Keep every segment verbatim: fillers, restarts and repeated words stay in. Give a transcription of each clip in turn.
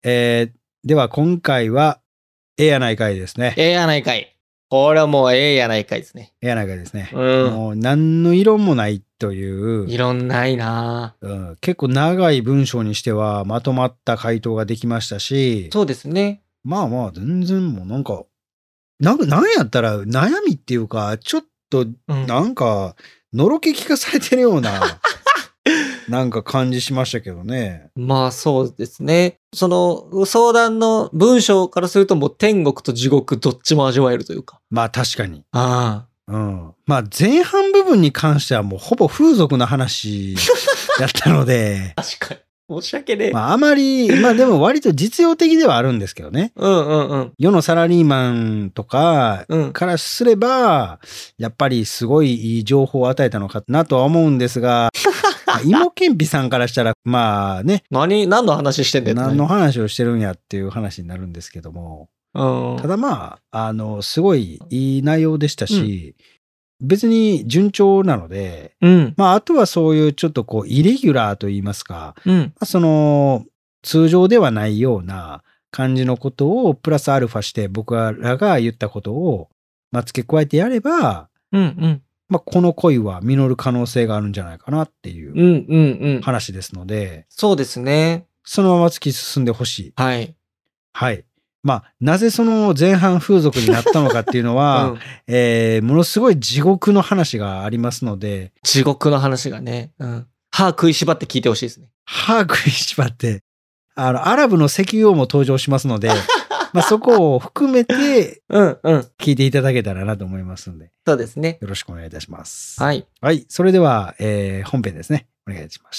えー、では今回は、ええやないかいですね。 ええやないかい。これはもうええやないかいですね。 ええやないかいですね。 うん。 もう何の色もないという、 いろんないな、 うん、結構長い文章にしてはまとまった回答ができましたし、 そうですね。 まあまあ全然もうなんか、なんかなんやったら悩みっていうか、ちょっとなんか、のろけ聞かされてるような、なんか感じしましたけどね。 まあそうですね。その相談の文章からするともう天国と地獄どっちも味わえるというか。 まあ確かに。 ああ。うん。まあ前半部分に関してはもうほぼ風俗の話やったので。 確かに。申し訳ねえ。 まああまり、まあでも割と実用的ではあるんですけどね。 うんうんうん。 世のサラリーマンとかからすれば、やっぱりすごいいい情報を与えたのかなとは思うんですが、芋けんぴさんからしたら、まあね。 何、何の話してんだよ。 何の話をしてるんやっていう話になるんですけども。 うん、 ただまあ、あの、すごいいい内容でしたし、うん、別に順調なので、 うん、 まあ、あとはそういうちょっとこう、イレギュラーと言いますか、 うんまあ、その、通常ではないような感じのことをプラスアルファして僕らが言ったことを、まあ、付け加えてやれば、 うんうん、 まあ、この恋は実る可能性があるんじゃないかなっていう話ですので、 うんうんうん、そうですね。 そのまま突き進んでほしい。 はい。 はい。まあ、なぜその前半風俗になったのかっていうのは、うん、えー、ものすごい地獄の話がありますので。 地獄の話がね。うん。歯食いしばって聞いてほしいですね。 歯食いしばって、あの、アラブの石油王も登場しますので、まあそこを含めて、 うんうん。 聞いていただけたらなと思いますので。 そうですね。 よろしくお願いいたします。 はい。 はい。それでは、えー、本編ですね。お願いします。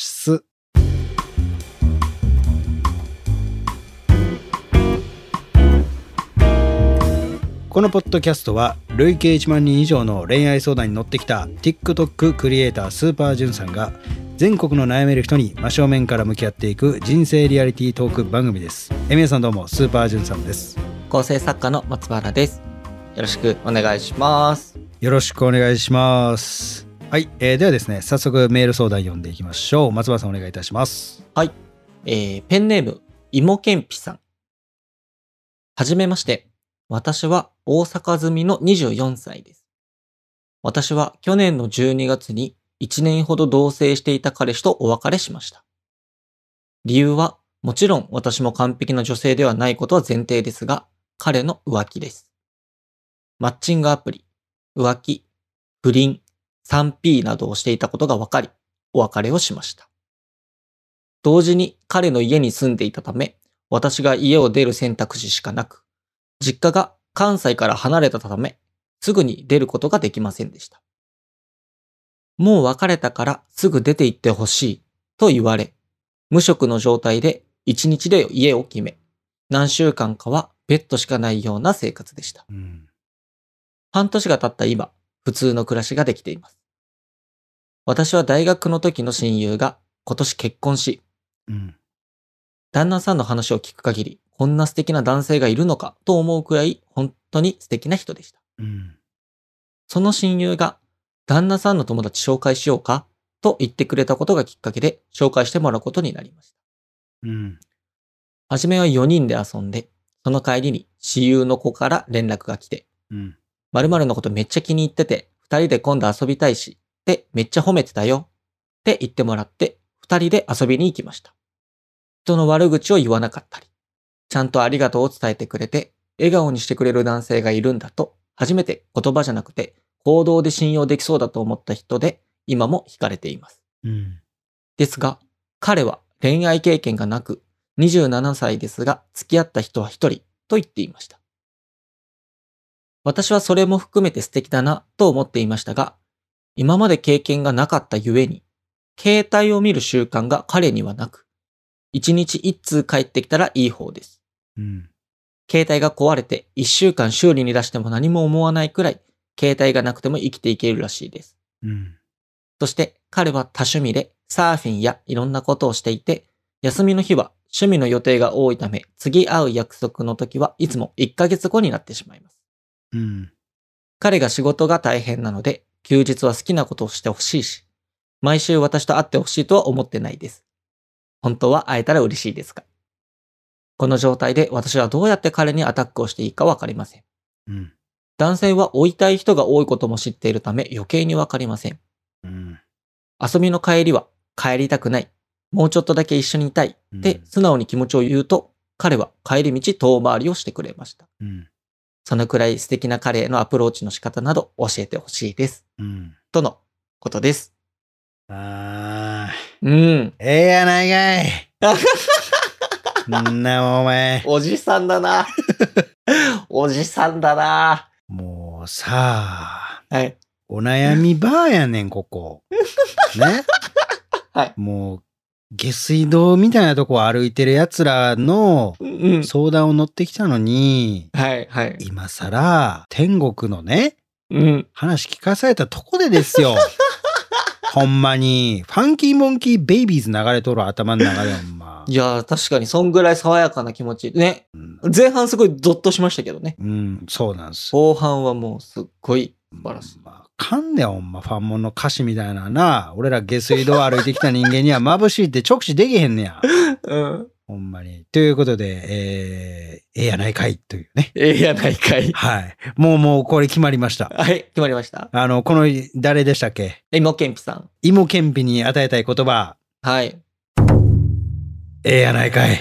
このポッドキャストは累計いちまんにん以上の恋愛相談に乗ってきた TikTok クリエイタースーパージュンさんが全国の悩める人に真正面から向き合っていく人生リアリティトーク番組です。え皆さんどうもスーパージュンさんです。 構成作家の松原です。よろしくお願いします。 よろしくお願いします。はい、えー、ではですね早速メール相談読んでいきましょう。松原さんお願いいたします。 はい、えー、ペンネームいもけんぴさん。はじめまして。私は大阪住みのにじゅうよんさいです。私は去年のじゅうにがつにいちねんほど同棲していた彼氏とお別れしました。理由はもちろん私も完璧な女性ではないことは前提ですが、彼の浮気です。マッチングアプリ、浮気、不倫、スリーピー などをしていたことが分かり、お別れをしました。同時に彼の家に住んでいたため、私が家を出る選択肢しかなく、実家が関西から離れたため、すぐに出ることができませんでした。もう別れたからすぐ出て行ってほしいと言われ、無職の状態で一日で家を決め、何週間かはベッドしかないような生活でした。うん、半年が経った今、普通の暮らしができています。私は大学の時の親友が今年結婚し、うん、旦那さんの話を聞く限り、こんな素敵な男性がいるのかと思うくらい本当に素敵な人でした。うん、その親友が旦那さんの友達紹介しようかと言ってくれたことがきっかけで紹介してもらうことになりました。うん、はじめはよにんで遊んで、その帰りに親友の子から連絡が来て、うん、〇〇のことめっちゃ気に入ってて、二人で今度遊びたいし、ってめっちゃ褒めてたよって言ってもらって、二人で遊びに行きました。人の悪口を言わなかったり、ちゃんとありがとうを伝えてくれて、笑顔にしてくれる男性がいるんだと、初めて言葉じゃなくて行動で信用できそうだと思った人で、今も惹かれています。うん、ですが、彼は恋愛経験がなく、にじゅうななさいですが、付き合った人は一人と言っていました。私はそれも含めて素敵だなと思っていましたが、今まで経験がなかったゆえに、携帯を見る習慣が彼にはなく、一日一通帰ってきたらいい方です。うん、携帯が壊れて一週間修理に出しても何も思わないくらい、携帯がなくても生きていけるらしいです。うん、そして彼は多趣味でサーフィンやいろんなことをしていて、休みの日は趣味の予定が多いため、次会う約束の時はいつもいっかげつごになってしまいます。うん、彼が仕事が大変なので、休日は好きなことをしてほしいし、毎週私と会ってほしいとは思ってないです。本当は会えたら嬉しいですが。 この状態で私はどうやって彼にアタックをしていいかわかりません。 うん。 男性は追いたい人が多いことも知っているため余計にわかりません。 うん。 遊びの帰りは帰りたくない。もうちょっとだけ一緒にいたいって素直に気持ちを言うと、彼は帰り道遠回りをしてくれました。 うん。 そのくらい素敵な彼へのアプローチの仕方など教えてほしいです。 うん。 とのことです。 あー。うん。 ええやないかい。んなもんお前。 おじさんだな。おじさんだな。 もうさあ。 はい。 お悩みバーやねん、ここ。ね。 はい。 もう、下水道みたいなとこを歩いてる奴らの相談を乗ってきたのに、 うん、はい、はい。 今更、天国のね、 うん、 話聞かされたとこでですよ。ほんまに、ファンキーモンキーベイビーズ流れとる頭の中でほんま。 いやー、確かにそんぐらい爽やかな気持ち。ね。うん、前半すごいゾッとしましたけどね。 うん、そうなんです。 後半はもうすっごい素晴らしい。 まあ、かんねんほんま、ファンモンの歌詞みたいなな。俺ら下水道歩いてきた人間には眩しいって直視できへんねや。うん。ほんまに。ということで、えー、ええやないかいというね。 ええやないかい。 はい。もうもうこれ決まりました。 はい、決まりました。 あの、この、誰でしたっけ？ 芋けんぴさん。 芋けんぴに与えたい言葉。 はい。 ええやないかい。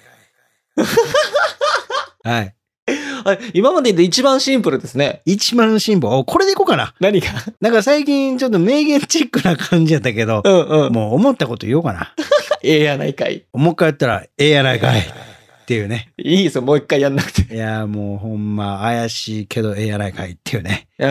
はい。 今までで一番シンプルですね。 一番シンプル。これでいこうかな。 何が？ なんか最近ちょっと名言チックな感じやったけど、うんうん、もう思ったこと言おうかな。 ええやないかい。 もう一回やったら、ええやないかい。っていうね。 いいですよ、もう一回やんなくて。 いや、もうほんま怪しいけどええやないかいっていうね。 うん。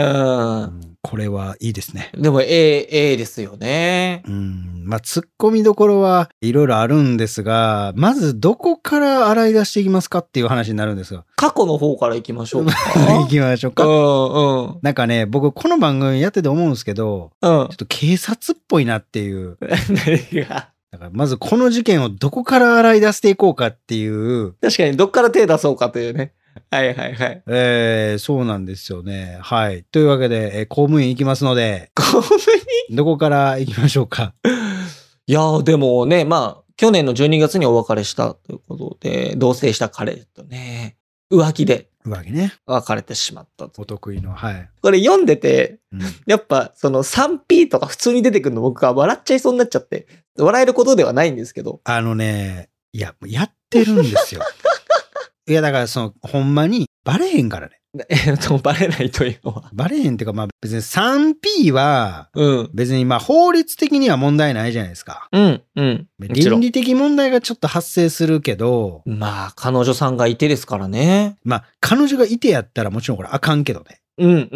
これはいいですね。 でもええ、ええですよね。 うん。まあ、突っ込みどころはいろいろあるんですが、まずどこから洗い出していきますかっていう話になるんですが。 過去の方から行きましょうか。 行きましょうか。 うんうん。 なんかね、僕この番組やってて思うんですけど、うん、ちょっと警察っぽいなっていう。何が？だからまずこの事件をどこから洗い出していこうかっていう。 確かにどっから手出そうかというね。はいはいはい。 えー、そうなんですよね。はい。というわけで、えー、公務員行きますので。 公務員？ どこから行きましょうか。 いやーでもね、まあ、去年のじゅうにがつにお別れしたということで、同棲した彼とね、浮気で。 浮気ね。 別れてしまったと。 お得意の、はい。 これ読んでて、うん、やっぱその スリーピー とか普通に出てくるの僕は笑っちゃいそうになっちゃって、笑えることではないんですけど。 あのね、いや、やってるんですよ。いや、だからその、ほんまにバレへんからね。 えっと、バレないというのは。 バレへんっていうか、まあ別に スリーピー は、 うん。 別にまあ法律的には問題ないじゃないですか。 うん、うん。 倫理的問題がちょっと発生するけど。 まあ、彼女さんがいてですからね。 まあ、彼女がいてやったらもちろんこれあかんけどね。 うん、うん、うん、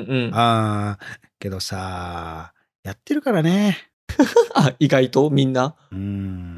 うん。 ああ、けどさ、やってるからね。 あ、意外とみんな？ うん。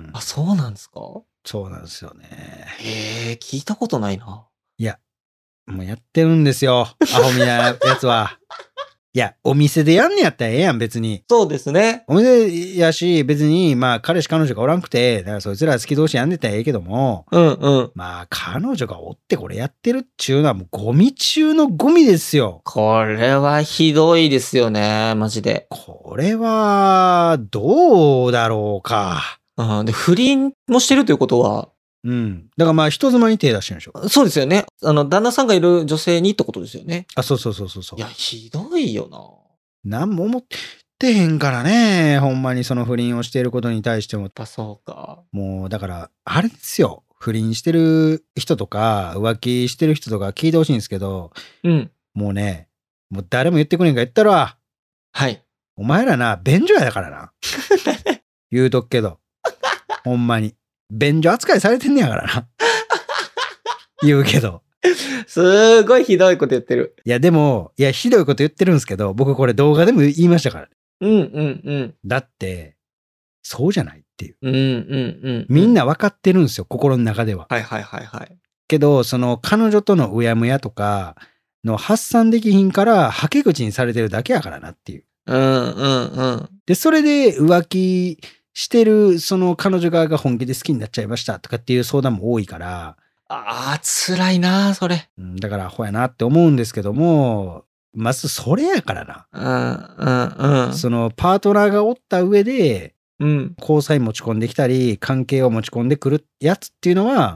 あ、そうなんですか？ そうなんですよね。 へえ、聞いたことないな。 いや、もうやってるんですよ。アホみたいなやつは。いや、お店でやんねやったらええやん、別に。 そうですね。 お店やし、別に、まあ、彼氏彼女がおらんくて、だからそいつら好き同士やんでたらええけども、 うんうん。 まあ、彼女がおってこれやってるっちゅうのはもうゴミ中のゴミですよ。 これはひどいですよね、マジで。 これは、どうだろうか。 うん、で、不倫もしてるということは、 うん。だからまあ、人妻に手出してるんでしょ。 そうですよね。あの、旦那さんがいる女性にってことですよね。 あ、そうそうそうそうそう。 いや、ひどいよな。なんも思ってへんからね。ほんまにその不倫をしていることに対しても。やっぱそうか。 もう、だから、あれですよ。不倫してる人とか、浮気してる人とか聞いてほしいんですけど。 うん。 もうね、もう誰も言ってくれんか言ったら。 はい。 お前らな、便所やだからな。言うとくけど。ほんまに。便所扱いされてんねやからな。言うけど。 すごいひどいこと言ってる。 いや、でも、いや、ひどいこと言ってるんですけど、僕これ動画でも言いましたからね。 うんうんうん。 だって、そうじゃないっていう。 うんうんうん。 みんな分かってるんですよ、心の中では。 はいはいはいはい。 けど、その彼女とのうやむやとかの発散できひんから、はけ口にされてるだけやからなっていう。 うんうんうん。 で、それで浮気してる、その彼女側が本気で好きになっちゃいましたとかっていう相談も多いから、 ああ、辛いな、それ。 だから、ほやなって思うんですけども、まずそれやからな。 うんうんうん。 そのパートナーがおった上で、 うん、 交際持ち込んできたり、関係を持ち込んでくるやつっていうのは、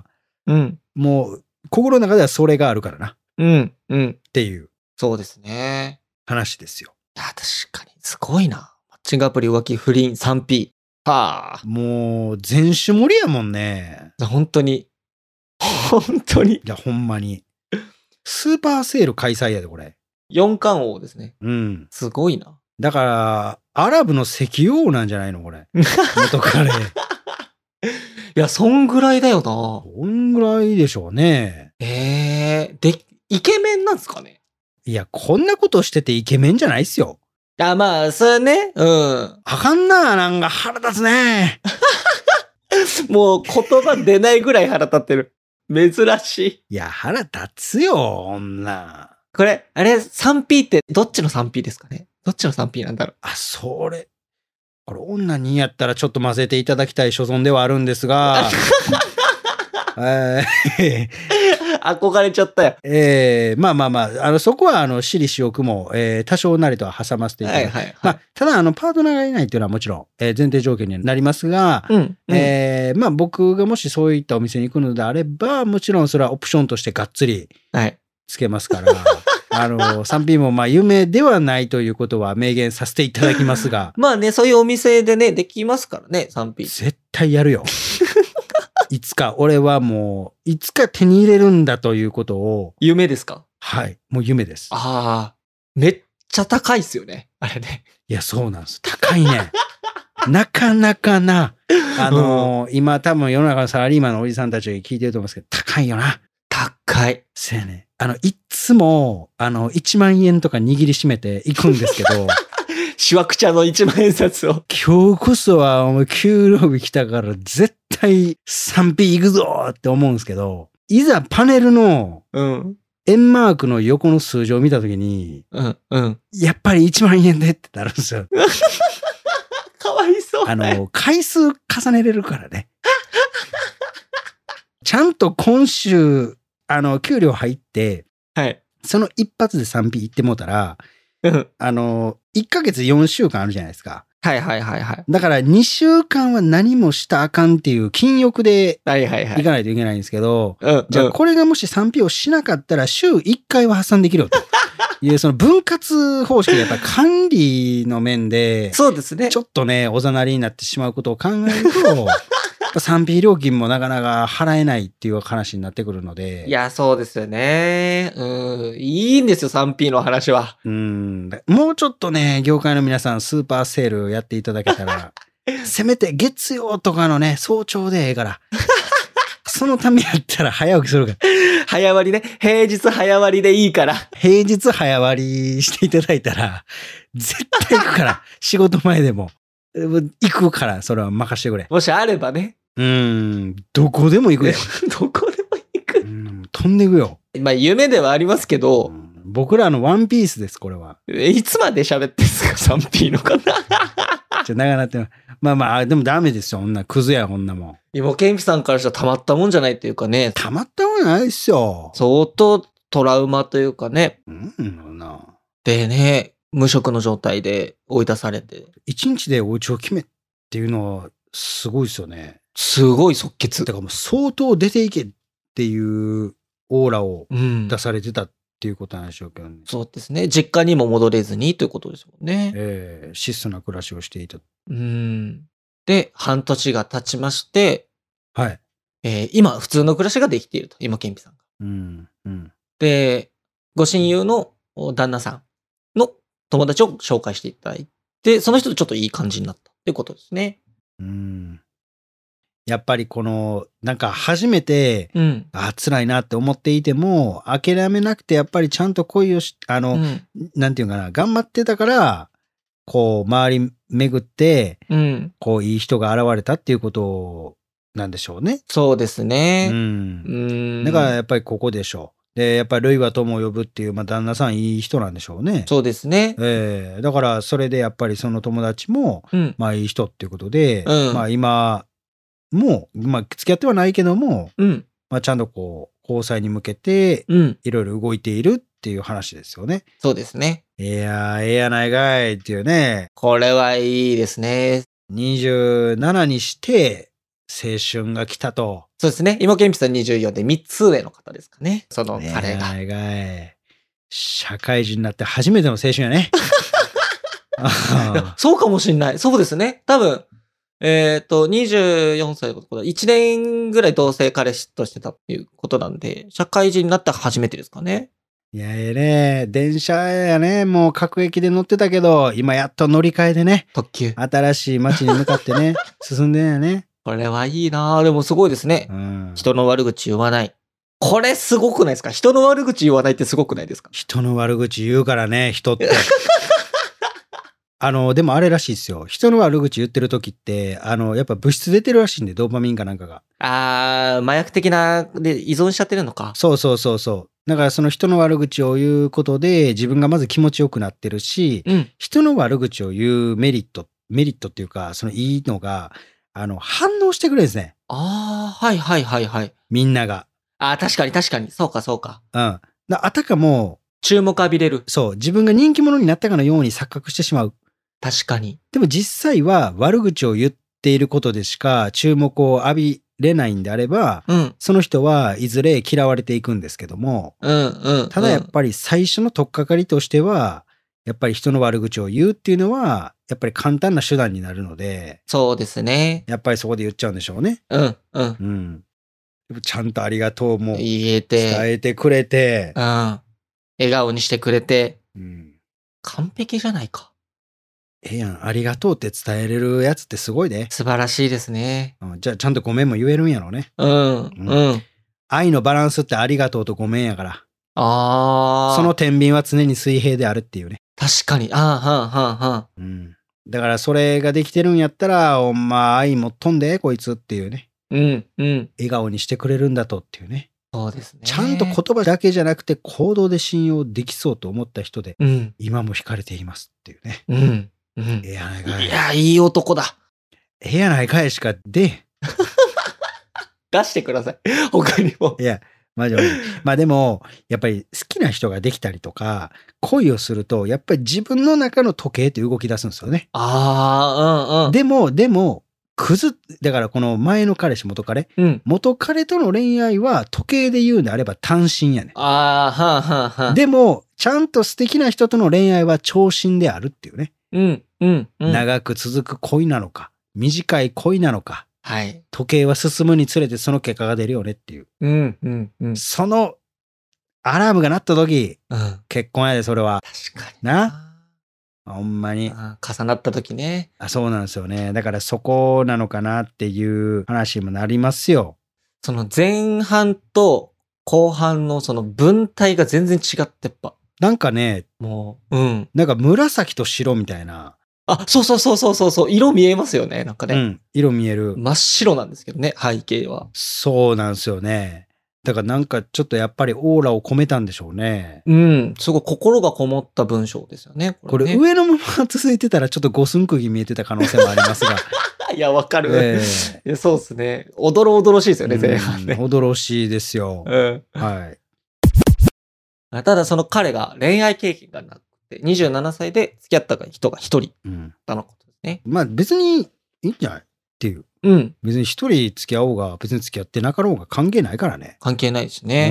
うん。 もう、心の中ではそれがあるからな。っうん。うん。 ていうそうですね。 話ですよ。 いや、確かに、すごいな。マッチングアプリ浮気不倫 スリーピー。はもう、全種盛りやもんね。 あ。本当に。本当に。 いや、ほんまに。スーパーセール開催やで、これ。 四冠王ですね。 うん。 すごいな。 だから、アラブの石油王なんじゃないのこれ。元カレ。 いや、そんぐらいだよな。 こんぐらいでしょうね。 ええー、で、イケメンなんですかね。 いや、こんなことしててイケメンじゃないっすよ。 あ、まあ、それね。うん。 あかんな、なんか腹立つね。 もう言葉出ないぐらい腹立ってる。珍しい。 いや、腹立つよ、女。 これ、あれ、スリーピー ってどっちの スリーピー ですかね。どっちの スリーピー なんだろう。 あ、それ。これ女にやったらちょっと混ぜていただきたい所存ではあるんですが。えー憧れちゃったよ。 えーまあまあまあ、あの、そこは、あの、私利私欲も、えー多少なりとは挟ませていただき、 はいはいはい。 まあ、ただ、あの、パートナーがいないっていうのはもちろん、えー前提条件にはなりますが、 うん。うんえーまあ、僕がもしそういったお店に行くのであれば、もちろんそれはオプションとしてがっつりはい。 つけますから、あの、スリーピー もまあ、夢ではないということは明言させていただきますが、 まあね、そういうお店でね、できますからね、スリーピー。 絶対やるよ。いつか、俺はもう、いつか手に入れるんだということを、 夢ですか？ はい、もう夢です。 ああ、めっちゃ高いっすよね。あれね。 いや、そうなんです。高いね。なかなかな、あのー今多分世の中のサラリーマンのおじさんたちが聞いてると思うんですけど、高いよな。 高い。 せやね。あの、いっつも、あの、いちまん円とか握りしめていくんですけど、 しわくちゃの一万円札を。 今日こそはお前給料日来たから絶対 スリーピー 行くぞって思うんですけど、いざパネルのうん。 円マークの横の数字を見たときに、 うん。うん。 やっぱりいちまん円でってなるんですよ。 かわいそう。 あの、回数重ねれるからね。ちゃんと今週、あの、給料入って、 はい。 その一発で スリーピー 行ってもうたら、 うん。 あの、いっかげつよんしゅうかんあるじゃないですか。 はいはいはいはい。 だからにしゅうかんは何もしたらあかんっていう禁欲ではいはいはい。 行かないといけないんですけど、 うん。 じゃあうんこれがもし スリーピー をしなかったら週いっかいは挟んできろという、その分割方式でやっぱり管理の面で、 そうですね。 ちょっとね、おざなりになってしまうことを考えると、やっぱ スリーピー 料金もなかなか払えないっていう話になってくるので、 いや、そうですよね。うん。いいんですよ、スリーピー の話は。 うん、もうちょっとね、業界の皆さんスーパーセールやっていただけたら、せめて月曜とかのね、早朝でええから、そのためやったら早起きするから、 早割りね。平日早割りでいいから。 平日早割りしていただいたら、絶対行くから、仕事前でも。行くから、それは任してくれ。 もしあればね。 うーん、どこでも行くよ。 どこでも行く。 うん、飛んでいくよ。 まあ、夢ではありますけうど、 ん僕らのワンピースです、これは。 えいつまで喋ってんすか、スリーピー の方。 じゃ長なってますまあまあ、でもダメですよ、女。クズや、女もん。 今、ケンピさんからしたらたまったもんじゃないっていうかね、 たまったもんじゃないですよ。 相当トラウマというかね。 うん、な。 でね、無職の状態で追い出されて、 一日でお家を決めっていうのは、すごいですよね。 すごい即決だ。からもう相当出ていけっていうオーラをうん出。されてたっていうことなんでしょうけどね。 そうですね。実家にも戻れずにということですもんね。 えー質素な暮らしをしていた。 うん。で、半年が経ちまして、 はい。 えー今、普通の暮らしができていると。今、ケンピさんが。 うん。うん。 で、ご親友のお旦那さんの友達を紹介していただいて、その人とちょっといい感じになったっていうことですね。 うん。やっぱりこの、なんか初めて、 うん。 あ、辛いなって思っていても、諦めなくてやっぱりちゃんと恋をし、あの、 うん。 なんていうかな、頑張ってたから、こう、周り巡って、 うん。 こう、いい人が現れたっていうことなんでしょうね。 そうですうね。 ん。 うん。 だからやっぱりここでしょう。で、やっぱり類は友を呼ぶっていう、まあ、旦那さんいい人なんでしょうね。 そうですね。 ええだからそれでやっぱりその友達も、 うん。 まあいい人っていうことで、 うんまあ今も、まあ付き合ってはないけども、 うん。 まあちゃんとこう、交際に向けてうん。 いろいろ動いているっていう話ですよね。 そうですね。 いやー、ええやないかいっていうね、 これはいいですね。 にじゅうななにして青春が来たと。 そうですね。芋けんぴさんにじゅうよんでみっつ上の方ですかね。その彼が。 ねえ、社会人になって初めての青春やね。 そうかもしんない。そうですね。多分、えっと、にじゅうよんさいのこといちねんぐらい同性彼氏としてたっていうことなんで、社会人になったら初めてですかね。 いや、ええね。電車やね。もう各駅で乗ってたけど、今やっと乗り換えでね。 特急。 新しい街に向かってね、進んでんやね。 これはいいなぁ。でもすごいですね。 うん、 人の悪口言わない。これすごくないですか？人の悪口言わないってすごくないですか？ 人の悪口言うからね、人って。あの、でもあれらしいですよ。人の悪口言ってる時って、あの、やっぱ物質出てるらしいんで、ドーパミンかなんかが。 あー、麻薬的な、で依存しちゃってるのか。 そうそうそうそう。だからその人の悪口を言うことで、自分がまず気持ちよくなってるし、 うん。 人の悪口を言うメリット、メリットっていうか、そのいいのが、あの、反応してくれるんですね。 あー、はいはいはいはい。 みんなが。 あー、確かに確かに。そうかそうか。 うん。だあたかも、 注目浴びれる。 そう、自分が人気者になったかのように錯覚してしまう。 確かに。 でも実際は悪口を言っていることでしか注目を浴びれないんであれば、 うん。 その人はいずれ嫌われていくんですけども、 うんうん、うん。 ただやっぱり最初の取っかかりとしては、やっぱり人の悪口を言うっていうのは、やっぱり簡単な手段になるので、 そうですね。 やっぱりそこで言っちゃうんでしょうね。 うんうん。 うん。でもちゃんとありがとうも言えて。 伝えてくれて、 うん。笑顔にしてくれて。 うん、 完璧じゃないか。 ええやん、ありがとうって伝えれるやつってすごいね。 素晴らしいですね。 うん、じゃあちゃんとごめんも言えるんやろうね。 うん、うん。 愛のバランスってありがとうとごめんやから。 ああ。 その天秤は常に水平であるっていうね。 確かに。ああ、はんはんはん。 うん。だからそれができてるんやったら、ほんま愛もっとんで、こいつっていうね。 うん、うん。 笑顔にしてくれるんだとっていうね。 そうですね。 ちゃんと言葉だけじゃなくて行動で信用できそうと思った人で、 うん。 今も惹かれていますっていうね。 うん。うん。 ええやないかい。 いや、いい男だ。 ええやないかいしかで。 出してください。他にも。 いや、マジマジ。まあでも、やっぱり好きな人ができたりとか、恋をすると、やっぱり自分の中の時計って動き出すんですよね。 ああ、うんうん。 でも、でも、くず、だからこの前の彼氏元彼、 うん、 元彼との恋愛は時計で言うんであれば単身やね。 ああ、はあはあはあ。 でも、ちゃんと素敵な人との恋愛は長身であるっていうね。 うん、うん、うん。 長く続く恋なのか、短い恋なのか、 はい。 時計は進むにつれてその結果が出るよねっていう。 うん、うん、うん。 そのアラームが鳴った時、 うん。 結婚やで、それは。 確かに。 な。ほんまに。 あ重なった時ね。 あ、そうなんですよね。だからそこなのかなっていう話もなりますよ。 その前半と後半のその文体が全然違ってやっぱ。 なんかね、 もう、うん。 なんか紫と白みたいな。 あ、そうそうそうそうそうそう、色見えますよね、なんかね。 うん、色見える。 真っ白なんですけどね、背景は。 そうなんですよね。だからなんかちょっとやっぱりオーラを込めたんでしょうね。 うん、すごい心がこもった文章ですよね。 これ、 ね、 上のまま続いてたらちょっと五寸釘見えてた可能性もありますが。 いや、わかる。 えー、そうですね。おどろおどろしいですよね、前半ね。 驚ろしいですよ。 うん。 はい。 ただその彼が恋愛経験がなくて、にじゅうななさいで付き合った人が一人だのことですね。 うん、まあ別にいいんじゃないっていう。 うん。 別に一人付き合おうが、別に付き合ってなかろうが関係ないからね。 関係ないですね。 うん。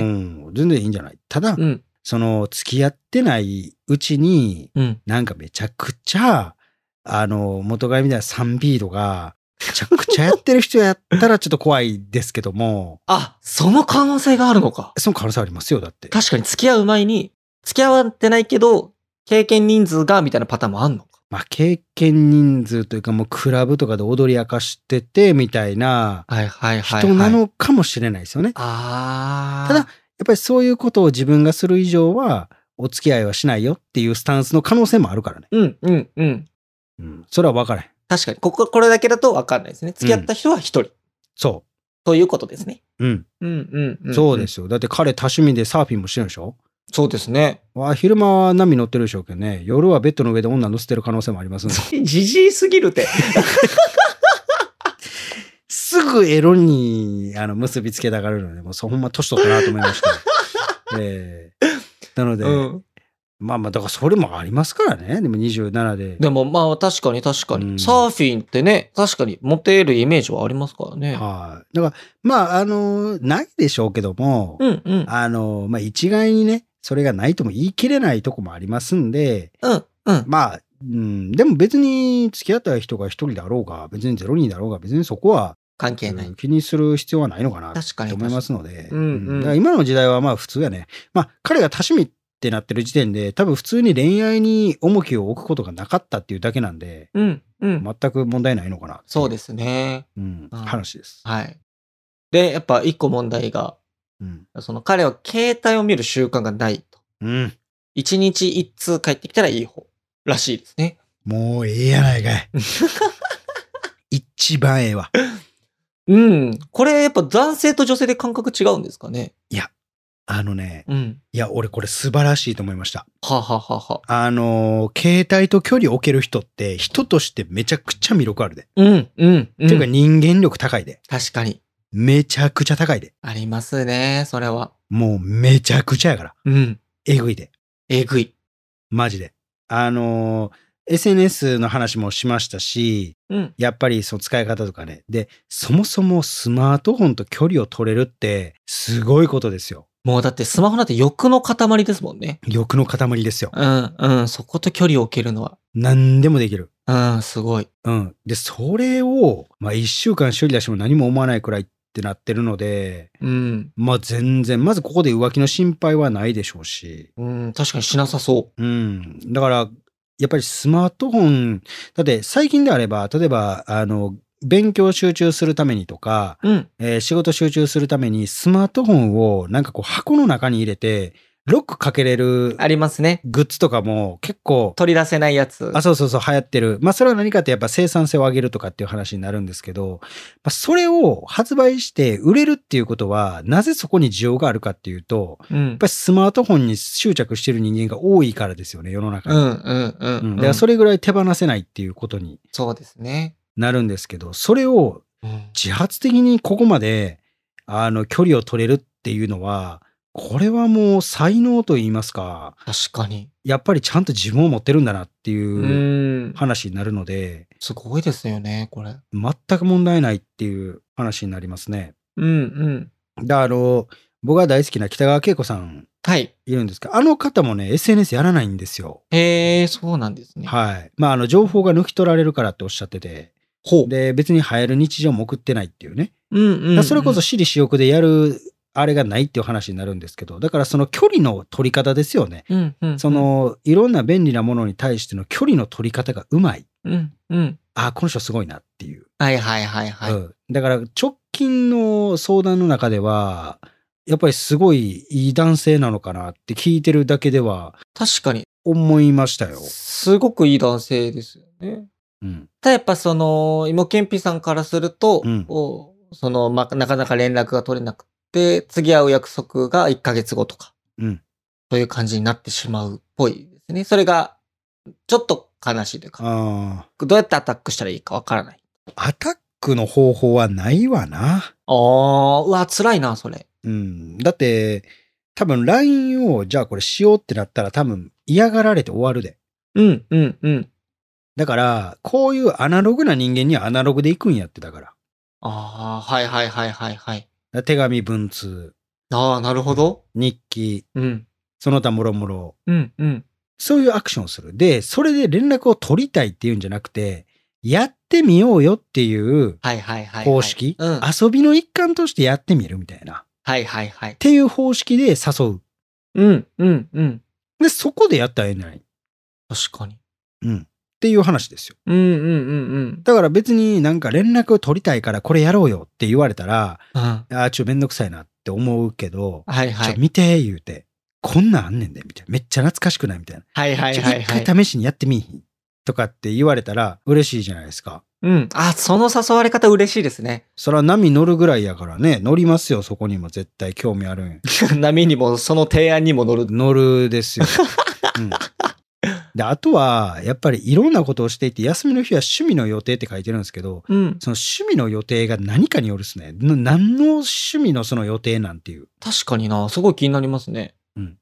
全然いいんじゃない。ただ、 うん、 その付き合ってないうちに、うん、なんかめちゃくちゃ、あの、元彼みたいな スリービー とか、めちゃくちゃやってる人やったらちょっと怖いですけども。 あ、その可能性があるのか。 その可能性ありますよ、だって。 確かに付き合う前に、付き合ってないけど、経験人数がみたいなパターンもあんのか。 まあ、経験人数というかもうクラブとかで踊り明かしててみたいな人なのかもしれないですよね。 ああ。 ただ、やっぱりそういうことを自分がする以上は、お付き合いはしないよっていうスタンスの可能性もあるからね。 うん、うん、うん。 うん。それは分からへん。 確かに。ここ、これだけだと分かんないですね。付き合った人は一人、うん。 そう。 ということですね。 うん。 うん、うん、うん。 そうですよ。だって彼多趣味でサーフィンもしてるでしょ？ そうですね。 わ昼間は波乗ってるでしょうけどね。夜はベッドの上で女乗せてる可能性もありますんで。 じじいすぎるって。 すぐエロにあの結びつけたがるので、もうそほんま年取ったなと思いました。えー、なので、うん、 まあまあ、だからそれもありますからね。でもにじゅうななで。 でもまあ確かに確かに。 うんサーフィンってね、確かにモテるイメージはありますからね。 はい。だから、まあ、あの、ないでしょうけども、 うんうん。 あの、まあ、一概にね、それがないとも言い切れないとこもありますんで、 うんうん。 まあ、うん、でも別に付き合った人が一人だろうが、別にゼロ人だろうが、別にそこは、 関係ない。 うん気にする必要はないのかな確かにと思いますので、 うんうんだから今の時代はまあ普通やね。まあ、彼が多趣味ってなってる時点で、多分普通に恋愛に重きを置くことがなかったっていうだけなんで、 うんうん。 全く問題ないのかな。 そうですね。 うん、 うん話です。 はい。で、やっぱ一個問題が、 うん。 その彼は携帯を見る習慣がないと。 うん。 一日一通帰ってきたらいい方らしいですね。 もうええやないかい。一番ええわ。 うん。これやっぱ男性と女性で感覚違うんですかね。 あのね、 うん。 いや、俺これ素晴らしいと思いました。 はあはあはあはあ。 あのー、携帯と距離を置ける人って人としてめちゃくちゃ魅力あるで。 うんうんうっていうかん。 人間力高いで。 確かに。 めちゃくちゃ高いで。 ありますね、それは。 もうめちゃくちゃやから。 うん。 えぐいで。 えぐい。 マジで。あのー、エスエヌエス の話もしましたし、 うん。 やっぱりその使い方とかね。で、そもそもスマートフォンと距離を取れるってすごいことですよ。 もうだってスマホなんて欲の塊ですもんね。 欲の塊ですよ。 うんうん。そこと距離を置けるのは。 何でもできる。 うん、すごい。 うん。で、それを、まあ一週間処理出しても何も思わないくらいってなってるので、 うん。 まあ全然、まずここで浮気の心配はないでしょうし、 うん、確かにしなさそうん。だから、やっぱりスマートフォン、だって最近であれば、例えば、あの、勉強集中するためにとか、 う。うん。 えー仕事集中するためにスマートフォンをなんかこう箱の中に入れて、ロックかけれるありますね。 グッズとかも結構、 取り出せないやつ。 あ、そうそうそう、流行ってる。まあ、それは何かってやっぱ生産性を上げるとかっていう話になるんですけど、まあ、それを発売して売れるっていうことは、なぜそこに需要があるかっていうと、 うんやっ。ぱりスマートフォンに執着してる人間が多いからですよね、世の中に。 うんうんうん。 うんだからそれぐらい手放せないっていうことにそうですね。 なるんですけど、それをうん。 自発的にここまで、あの、距離を取れるっていうのは、これはもう才能と言いますか、 確かに。 やっぱりちゃんと自分を持ってるんだなってういうん。 話になるので、 すごいですよね、これ。 全く問題ないっていう話になりますね。 うんうん。 で、あの、僕が大好きな北川景子さんはい。 いるんですか、あの方もね、エスエヌエス やらないんですよ。 へえ、そうなんですね。 はい。まあ、あの、情報が抜き取られるからっておっしゃってて、 ほう。 で、別に流行る日常も送ってないっていうね。 うんうん、うん。 だからそれこそ私利私欲でやる、あれがないっていう話になるんですけど、だからその距離の取り方ですよね。 うんうん、うん。 そ、の、いろんな便利なものに対しての距離の取り方がうまい。 うんうん。 あ、この人すごいなっていう。 はいはいはいはい。 うん。だから直近の相談の中では、やっぱりすごいいい男性なのかなって聞いてるだけでは確かに。 思いましたよ。 すごくいい男性ですよね。 うん。 ただやっぱその、芋けんぴさんからすると、 うんおその、ま、なかなか連絡が取れなくて、次会う約束がいっかげつごとか、 うん。 そういう感じになってしまうっぽいですね。それが、ちょっと悲しいというか、 あどうやってアタックしたらいいかわからない。 あ。アタックの方法はないわな。 ああ、うわ、辛いな、それ。 うん。だって、多分 ライン をじゃあこれしようってなったら多分嫌がられて終わるで。 うん、うん、うん。 だから、こういうアナログな人間にはアナログで行くんやってだから。 ああ、はいはいはいはいはい。 手紙文通、 ああ、なるほど。 日記、 うん、 その他もろもろ。 うん、うん。 そういうアクションをする。で、それで連絡を取りたいっていうんじゃなくて、やってみようよっていうはいはいはい、はい。 方式、 うん。 遊びの一環としてやってみるみたいな。っはいはいはい。 ていう方式で誘う。 うん、うん、うん。 で、そこでやったらええんじゃない確かに。 うん。っていう話ですよ。 うん、うん、うん、うん。 だから別になんか連絡を取りたいからこれやろうよって言われたら、 うん。 ああ、ちょ、めんどくさいなって思うけど、ちょ、 はいはい。 見て、言うて、こんなんあんねんで、みたいな。めっちゃ懐かしくないみたいな。 はいはいちょはいはい。 一回試しにやってみいひんとかって言われたら嬉しいじゃないですか。 うん。あ、その誘われ方嬉しいですね。 そら波乗るぐらいやからね、乗りますよ、そこにも絶対興味あるんや。 波にも、その提案にも乗る。 乗るですよ。うん。で、あとは、やっぱりいろんなことをしていて、休みの日は趣味の予定って書いてるんですけど、 うん。 その趣味の予定が何かによるっすね。な何の趣味のその予定なんていう。 確かにな。すごい気になりますね。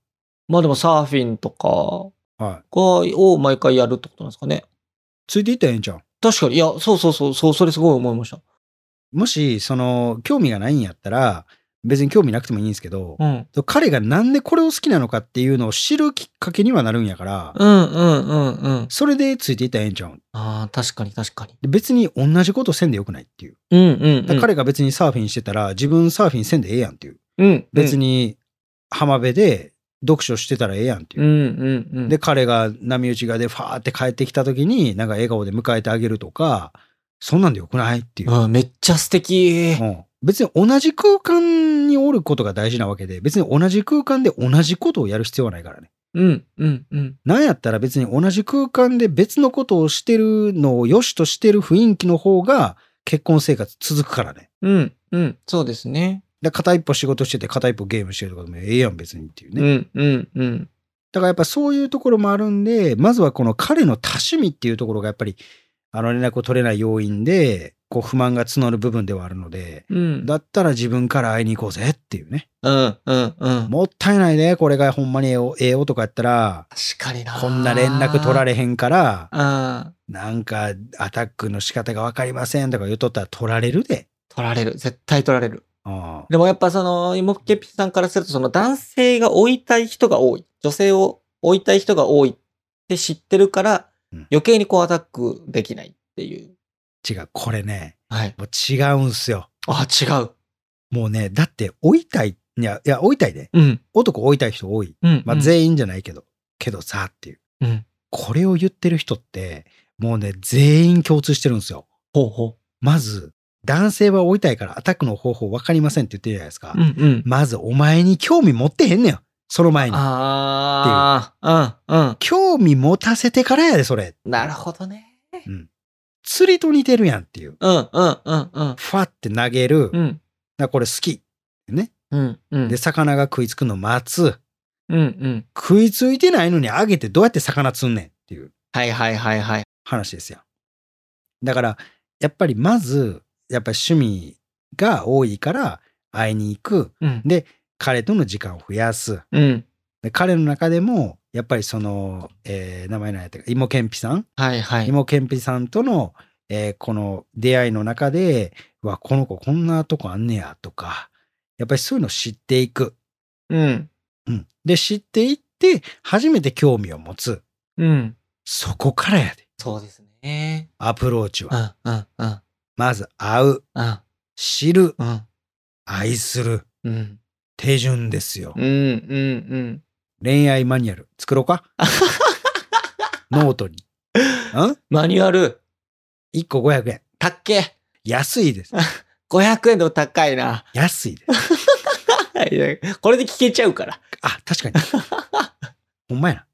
まあでもサーフィンとかはい。 がを毎回やるってことなんですかね。 ついていったらええんちゃう？ 確かに。いや、そうそうそう、そう、それすごい思いました。 もし、その、興味がないんやったら、別に興味なくてもいいんですけど、 うん。 彼がなんでこれを好きなのかっていうのを知るきっかけにはなるんやから、 うんうんうんうん。 それでついていったらええんちゃう？ ああ、確かに確かに。 で別に同じことせんでよくないっていう。 うんうんうん。 だから彼が別にサーフィンしてたら、自分サーフィンせんでええやんっていう。 うんうん。 別に浜辺で読書してたらええやんっていう。 うんうんうん。 で、彼が波打ち側でファーって帰ってきた時に、なんか笑顔で迎えてあげるとか、そんなんでよくないっていう。 うん、めっちゃ素敵。 うん別に同じ空間におることが大事なわけで、別に同じ空間で同じことをやる必要はないからね。 うんうんうん。 なんやったら別に同じ空間で別のことをしてるのを良しとしてる雰囲気の方が結婚生活続くからね。 うんうん。そうですね。 だから片一歩仕事してて片一歩ゲームしてるとかでもええやん別にっていうね。 うんうんうん。 だからやっぱそういうところもあるんで、まずはこの彼の多趣味っていうところがやっぱりあの連絡を取れない要因で、こう不満が募る部分ではあるので、 うん。 だったら自分から会いに行こうぜっていうね。 うんうんうん。 もったいないね。これがほんまにええおええ男やったら、 確かにな。 こんな連絡取られへんから、 うん。 なんかアタックの仕方がわかりませんとか言うとったら取られるで。 取られる。絶対取られる。 ああでもやっぱその、イモケピさんからすると、その男性が追いたい人が多い。女性を追いたい人が多いって知ってるから、 うん余計にこうアタックできないっていう。 違う。これね、 はい。 もう違うんすよ。 あ、違う。 もうね、だって追いたい。いや、いや、追いたいで。 うん。 男追いたい人多い。 うん。 まあ全員じゃないけど。けどさ、っていう。 うん。 これを言ってる人って、もうね、全員共通してるんですよ。 ほうほまず、男性は追いたいからアタックの方法分かりませんって言ってるじゃないですか。 う。うんうん。 まず、お前に興味持ってへんねん。その前に。 ああ、うんうん。 興味持たせてからやで、それ。 なるほどね。 うん。釣りと似てるやんっていう。 うんうんうんうん。 ファって投げる。だかうん。 らこれ好き。ね。 うんうん。 で、魚が食いつくの待つ。 うんうん。 食いついてないのにあげてどうやって魚釣んねんっていうはいはいはいはい。 話ですよ。だから、やっぱりまず、やっぱり趣味が多いから会いに行く。 うん。 で、彼との時間を増やす。 うん。 で彼の中でも、やっぱりその、えー名前何やったか、芋けんぴさんはいはい。 芋けんぴさんとの、えーこの出会いの中で、うわ、この子こんなとこあんねやとか、やっぱりそういうのを知っていく。 うん。 うん。で、知っていって、初めて興味を持つ。 うん。 そこからやで。 そうですね。 アプローチうは。 んうんうん。 まず会う、 うん知る、 うん。 愛する。 うん。 手順ですよ。 うんうんうん。 恋愛マニュアル作ろうかノートに。んマニュアル、 いっこごひゃくえん。 たっけ。 安いです。 ごひゃくえんでも高いな。 安いです。 いやこれで聞けちゃうから。 あ、確かに。ほんまやな。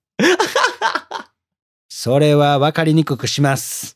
それは分かりにくくします。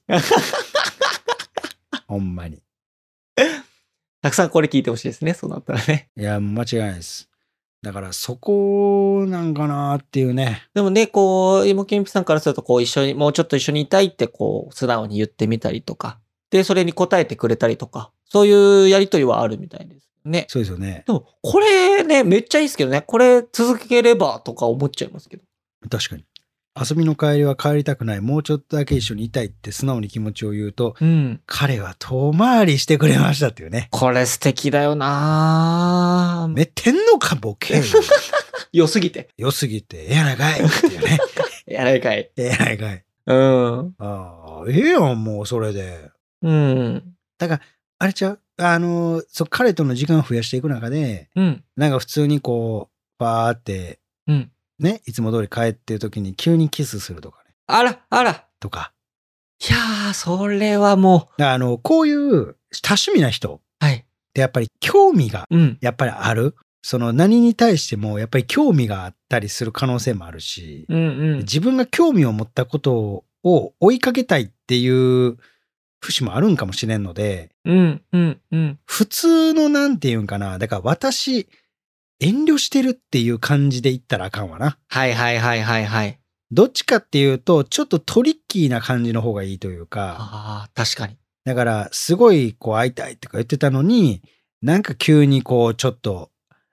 ほんまに。 たくさんこれ聞いてほしいですね。そうなったらね。 いや、間違いないです。だからそこなんかなっていうね。 でもね、こう、イモケンピさんからすると、こう、一緒に、もうちょっと一緒にいたいって、こう、素直に言ってみたりとか。で、それに答えてくれたりとか。そういうやりとりはあるみたいですね。 そうですよね。 でも、これね、めっちゃいいですけどね。これ続ければとか思っちゃいますけど。 確かに。遊びの帰りは帰りたくない。もうちょっとだけ一緒にいたいって素直に気持ちを言うと、 うん。 彼は遠回りしてくれましたっていうね。 これ素敵だよなぁ。 めってんのか、ボケ。 良すぎて。 良すぎて、ええやないかいっていうね。 やないかい。 ええやないかい。 うん。 ああ、ええやん、もうそれで。 うん。 だから、あれちゃうあの、そう、彼との時間を増やしていく中で、 うん。 なんか普通にこう、パーって、 うん。 ね、いつも通り帰ってる時に急にキスするとかね。 あら、あら。 とか。 いやー、それはもう。 だからあの、こういう多趣味な人はい。 ってやっぱり興味がうん。 やっぱりある。その何に対してもやっぱり興味があったりする可能性もあるし、 うんうん。 自分が興味を持ったことを追いかけたいっていう節もあるんかもしれんので、 うんうんうん。 普通のなんていうんかな、だから私、遠慮してるっていう感じで言ったらあかんわな。 はいはいはいはいはい。 どっちかっていうと、ちょっとトリッキーな感じの方がいいというか、 ああ、確かに。 だからすごいこう会いたいとか言ってたのに、なんか急にこうちょっと、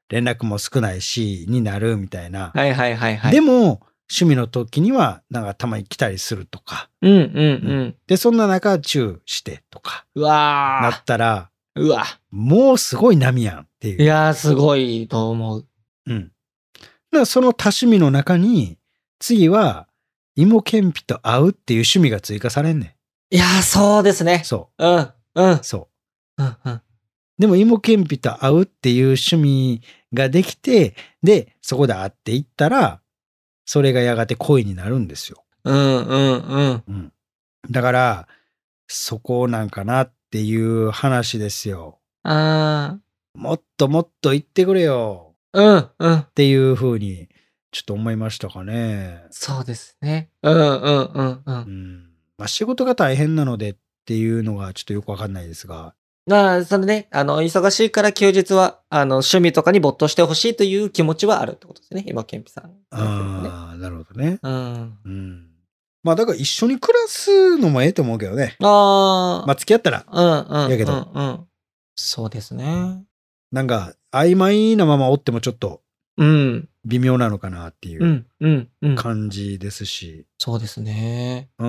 連絡も少ないし、になるみたいな。 はいはいはいはい。 でも、趣味の時には、なんかたまに来たりするとか。 うんうんうん。 で、そんな中、チューしてとか。 うわー。 なったら、 うわ。 もうすごい波やんっていう。 いやー、すごいと思う。 うん。だからその多趣味の中に、次は、芋けんぴと会うっていう趣味が追加されんねん。いやー、そうですね。 そう。 うん、うん。 そう。 うん、うん。 でも芋けんぴと会うっていう趣味ができて、で、そこで会っていったら、それがやがて恋になるんですよ。 うん、うん、うん。 うん。だから、そこなんかなっていう話ですよ。 あー。もっともっと言ってくれよ。 うん、うん。 っていうふうに、ちょっと思いましたかね。 そうですね。うん、うん、うん、ううん。まあ仕事が大変なのでっていうのがちょっとよくわかんないですが。 まあ、それね、あの、忙しいから休日は、あの、趣味とかに没頭してほしいという気持ちはあるってことですね。今、ケンピさん、ね。 ああ、なるほどね。 うん。 うん。まあだから一緒に暮らすのもええと思うけどね。 ああ。 まあ付き合ったら。 うんうん。 やけど。 うんうん。そうですね。 なんか曖昧なままおってもちょっと、 うん。 微妙なのかなっていう感じですし。 そうですね。 うん。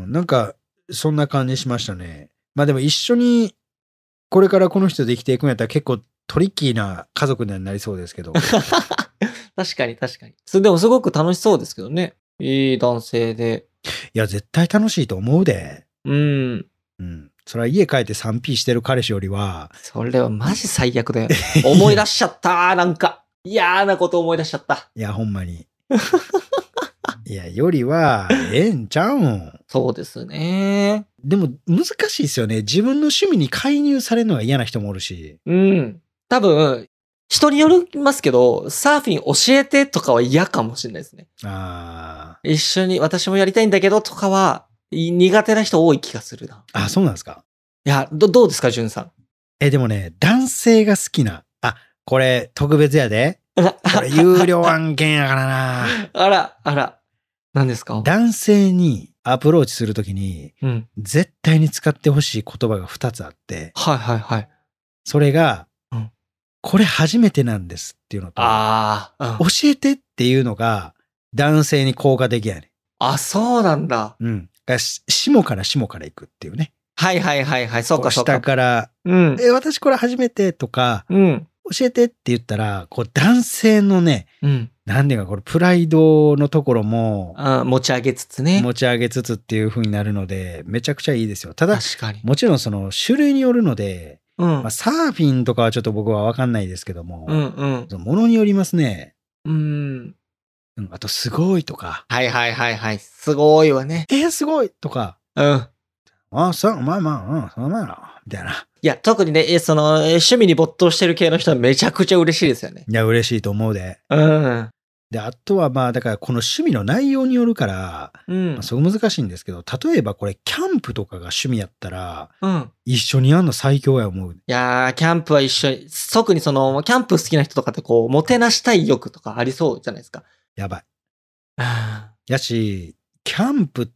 なんか、そんな感じしましたね。まあでも一緒に、これからこの人で生きていくんやったら結構トリッキーな家族になりそうですけど。 確かに確かに。それでもすごく楽しそうですけどね。いい男性で。 いや、絶対楽しいと思うで。 うん。 うん。それは家帰って スリーピー してる彼氏よりは。 それはマジ最悪だよ。思い出しちゃったなんか。嫌なこと思い出しちゃった。 いや、ほんまに。いや、よりは、ええんちゃうん。 そうですね。 でも、難しいですよね。自分の趣味に介入されるのが嫌な人もおるし。 うん。多分、人によりますけど、サーフィン教えてとかは嫌かもしれないですね。 ああ。 一緒に私もやりたいんだけどとかは、苦手な人多い気がするな。 あ、そうなんですか。 いや、ど、どうですか、ジュンさん。 え、でもね、男性が好きな。あ、これ特別やで。これ有料案件やからな。 あら、あら。何ですか？ 男性にアプローチするときに、 うん、絶対に使ってほしい言葉がふたつあって。 はいはいはい。 それが、 うん、 これ初めてなんですっていうのと、 ああ、うん、教えてっていうのが男性に効果的やね。 あ、そうなんだ。 うん。下から下から行くっていうね。 はいはいはいはい。そうかそうか。 下から、 うん、 え、私これ初めてとか、 うん、 教えてって言ったら、こう男性のね、 うん、 なんでかこれプライドのところも、 あ、持ち上げつつね。 持ち上げつつっていう風になるので、めちゃくちゃいいですよ。ただ、 確かに。 もちろんその種類によるので、 うん、 まあ、サーフィンとかはちょっと僕はわかんないですけども、 うんうん。 ものによりますね。 うん。 うん、あと、すごいとか。 はいはいはいはい。すごいわね。 えー、すごいとか。 うん。 あ、そう、まあまあ、うん、そのまあ、みたいな。 いや、特にね、その、趣味に没頭してる系の人はめちゃくちゃ嬉しいですよね。 いや、嬉しいと思うで。 うん。 で、あとはまあ、だからこの趣味の内容によるから、うん。まあ、そう難しいんですけど、例えばこれ、キャンプとかが趣味やったら、うん。一緒にやんの最強や思う。いやー、キャンプは一緒に、特にその、キャンプ好きな人とかってこう、もてなしたい欲とかありそうじゃないですか。 やばい。やし、キャンプって、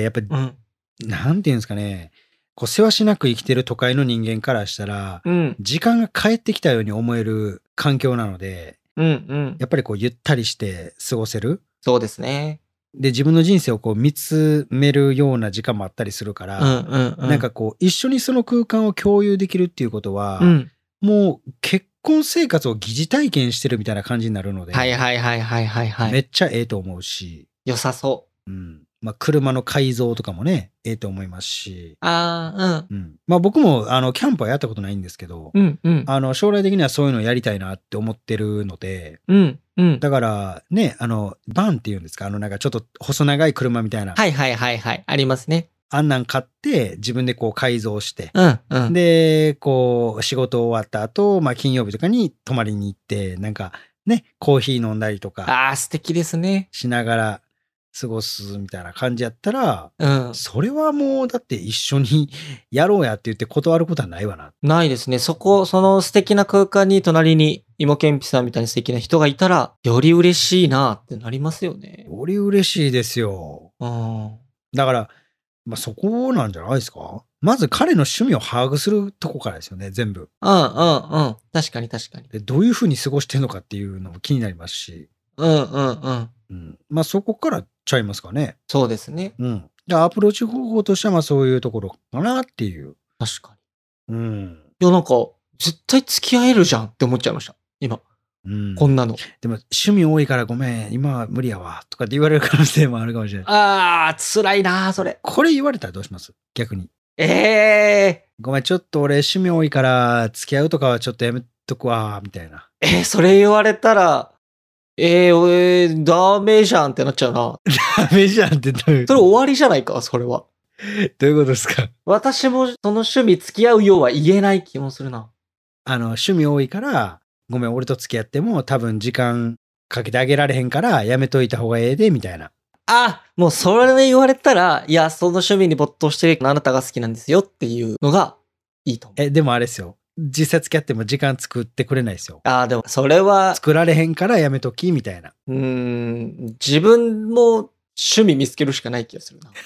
やっぱり、うん、なんていうんですかね、こう、せわしなく生きてる都会の人間からしたら、うん、時間が帰ってきたように思える環境なので、うんうん、やっぱりこう、ゆったりして過ごせる。そうですね。で、自分の人生をこう、見つめるような時間もあったりするから、うんうんうん、なんかこう、一緒にその空間を共有できるっていうことは、うん、もう結婚生活を疑似体験してるみたいな感じになるので、はいはいはいはいはいはい。めっちゃええと思うし。良さそう。うん。まあ、車の改造とかもね、ええと思いますし。ああ、うん。うん。まあ僕も、あの、キャンプはやったことないんですけど、うんうん。あの、将来的にはそういうのをやりたいなって思ってるので、うんうん。だから、ね、あの、バンっていうんですか、あの、なんかちょっと細長い車みたいな。はいはいはいはい。ありますね。あんなん買って自分でこう改造して、うんうん、で、こう仕事終わった後、まあ金曜日とかに泊まりに行って、なんかね、コーヒー飲んだりとか。ああ、素敵ですね。しながら過ごすみたいな感じやったら、うん、それはもうだって一緒にやろうやって言って断ることはないわな。ないですね。そこ、その素敵な空間に隣に芋けんぴさんみたいに素敵な人がいたら、より嬉しいなってなりますよね。より嬉しいですよ。うん、だから、 まあそこなんじゃないですか。まず彼の趣味を把握するとこからですよね、全部。 うんうんうん。確かに確かに。 で、どういうふうに過ごしてるのかっていうのも気になりますし。 うんうんうん。 うん。まあそこからちゃいますかね。 そうですね。 うん。で、アプローチ方法としてはまあそういうところかなっていう。 確かうん。 に。いやなんか、絶対付き合えるじゃんって思っちゃいました。今。 うん。 こんなの。 でも趣味多いからごめん、今は無理やわ。とかって言われる可能性もあるかもしれない。 あー、辛いなー、それ。 これ言われたらどうします？逆に。 ええー。 ごめん、ちょっと俺趣味多いから付き合うとかはちょっとやめとくわ、みたいな。 えー、それ言われたら、えー、えー、ダメじゃんってなっちゃうな。 ダメじゃんってどういう。 それ終わりじゃないか、それは。 どういうことですか？ 私もその趣味付き合うようは言えない気もするな。 あの、趣味多いから、ごめん、俺と付き合っても多分時間かけてあげられへんからやめといた方がええで、みたいな。 あ、もうそれ言われたら、いや、その趣味に没頭してるあなたが好きなんですよっていうのがいいと思う。 え、でもあれですよ。実際付き合っても時間作ってくれないですよ。 ああ、でもそれは、 作られへんからやめとき、みたいな。 うーん、自分も趣味見つけるしかない気がするな。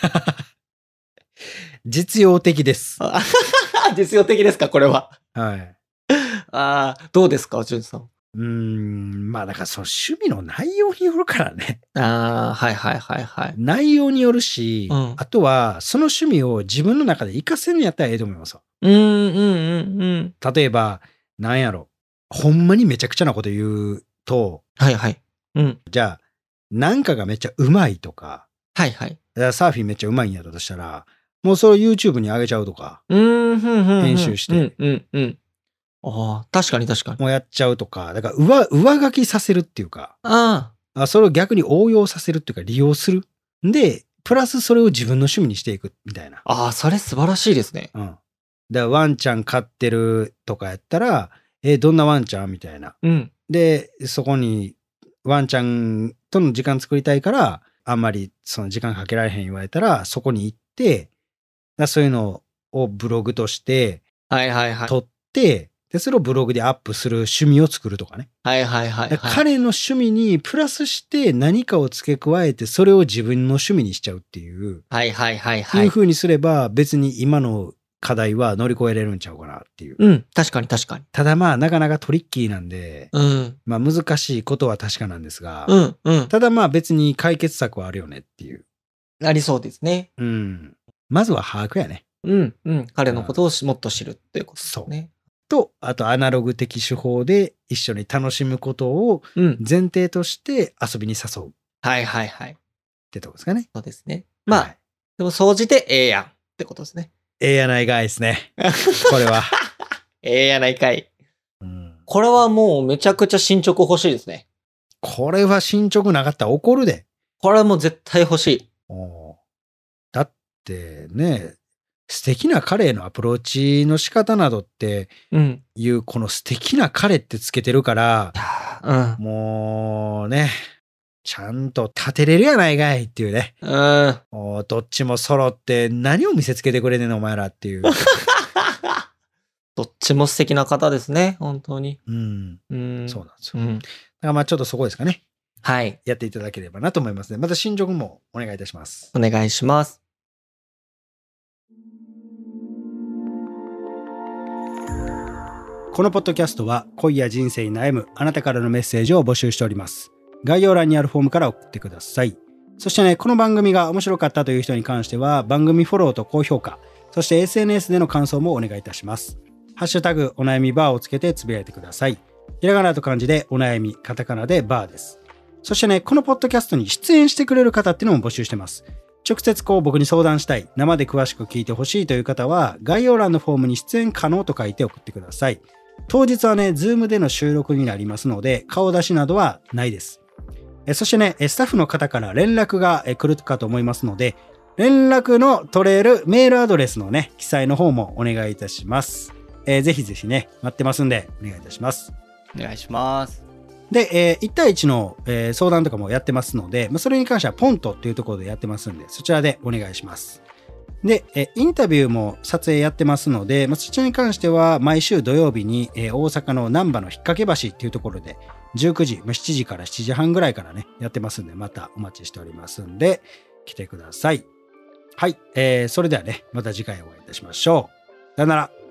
実用的です。 あ実用的ですか、これは。 はい。 ああ、どうですか、じゅんさん。 うーん、まあだからその趣味の内容によるからね。 ああ、はいはいはいはい。 内容によるし、 うん、 あとはその趣味を自分の中で活かせるんやったらええと思いますわ。 うんうんうんうん。 例えば、なんやろ。ほんまにめちゃくちゃなこと言うと、 はいはい。うん。 じゃあ、なんかがめっちゃうまいとか、 はいはい。 だからサーフィンめっちゃうまいんやったとしたら、もうそれを YouTube に上げちゃうとか、 うーん、ふんふんふん。 編集してうんうんうん。ああ、確かに確かに。 もうやっちゃうとか、だから上、上書きさせるっていうか、 ああそれを逆に応用させるっていうか利用する。で、プラスそれを自分の趣味にしていくみたいな。 あ、ああ、それ素晴らしいですね。 うん。だからワンちゃん飼ってるとかやったら、え、どんなワンちゃんみたいな。 うん。 で、そこにワンちゃんとの時間作りたいから、あんまりその時間かけられへん言われたら、そこに行って、だそういうのをブログとしてはいはいはい。 撮って、で、それをブログでアップする趣味を作るとかね。 はいはいはい、はい。 彼の趣味にプラスして何かを付け加えて、それを自分の趣味にしちゃうっていう。 はいはいはいはい。 いう風にすれば、別に今の課題は乗り越えれるんちゃうかなっていう。 うん、確かに確かに。 ただまあ、なかなかトリッキーなんで、 うん。 まあ難しいことは確かなんですが、 うんうん。 ただまあ別に解決策はあるよねっていう。 ありそうですね。 うん。まずは把握やね。 うんうん。彼のことをもっと知るっていうことですね。 と、あとアナログ的手法で一緒に楽しむことを前提として遊びに誘う。 はいはいはい。 ってとこですかね。 そうですね。まあ、 はい、 でも総じてええやんってことですね。 ええやないかいですね。これは。 ええやないかい。 うん、 これはもうめちゃくちゃ進捗欲しいですね。 これは進捗なかったら怒るで。 これはもう絶対欲しい。 おだってね、素敵な彼へのアプローチの仕方などっていう、この素敵な彼ってつけてるから、 うん、 もうね、ちゃんと立てれるやないかいっていうね。 うん、 どっちも揃って何を見せつけてくれねえのお前らっていう。 どっちも素敵な方ですね、本当に。 うん。 うん、 そうなんですよ。 うん、 だからまあちょっとそこですかね。 はい。 やっていただければなと思いますね。また進捗もお願いいたします。 お願いします。 このポッドキャストは恋や人生に悩むあなたからのメッセージを募集しております。概要欄にあるフォームから送ってください。そしてね、この番組が面白かったという人に関しては番組フォローと高評価、そして エスエヌエス での感想もお願いいたします。ハッシュタグお悩みバーをつけてつぶやいてください。ひらがなと漢字でお悩み、カタカナでバーです。そしてね、このポッドキャストに出演してくれる方っていうのも募集してます。直接こう僕に相談したい、生で詳しく聞いてほしいという方は概要欄のフォームに出演可能と書いて送ってください。当日はね、ズームでの収録になりますので、顔出しなどはないです。えそしてね、スタッフの方から連絡が来るかと思いますので、連絡の取れるメールアドレスのね、記載の方もお願いいたします。えー、ぜひぜひね、待ってますんで、お願いいたします。 お願いします。 で、えー、いち対いちの、えー、相談とかもやってますので、まあ、それに関してはポントっていうところでやってますんで、そちらでお願いします。で、えインタビューも撮影やってますので、まあ、そちらに関しては毎週土曜日に、えー、大阪の難波の引っ掛け橋っていうところでじゅうくじ、まあ、しちじからしちじはんぐらいからね、やってますんで、またお待ちしておりますんで、来てください。 はい、えー、それではね、また次回お会いいたしましょう。さよなら。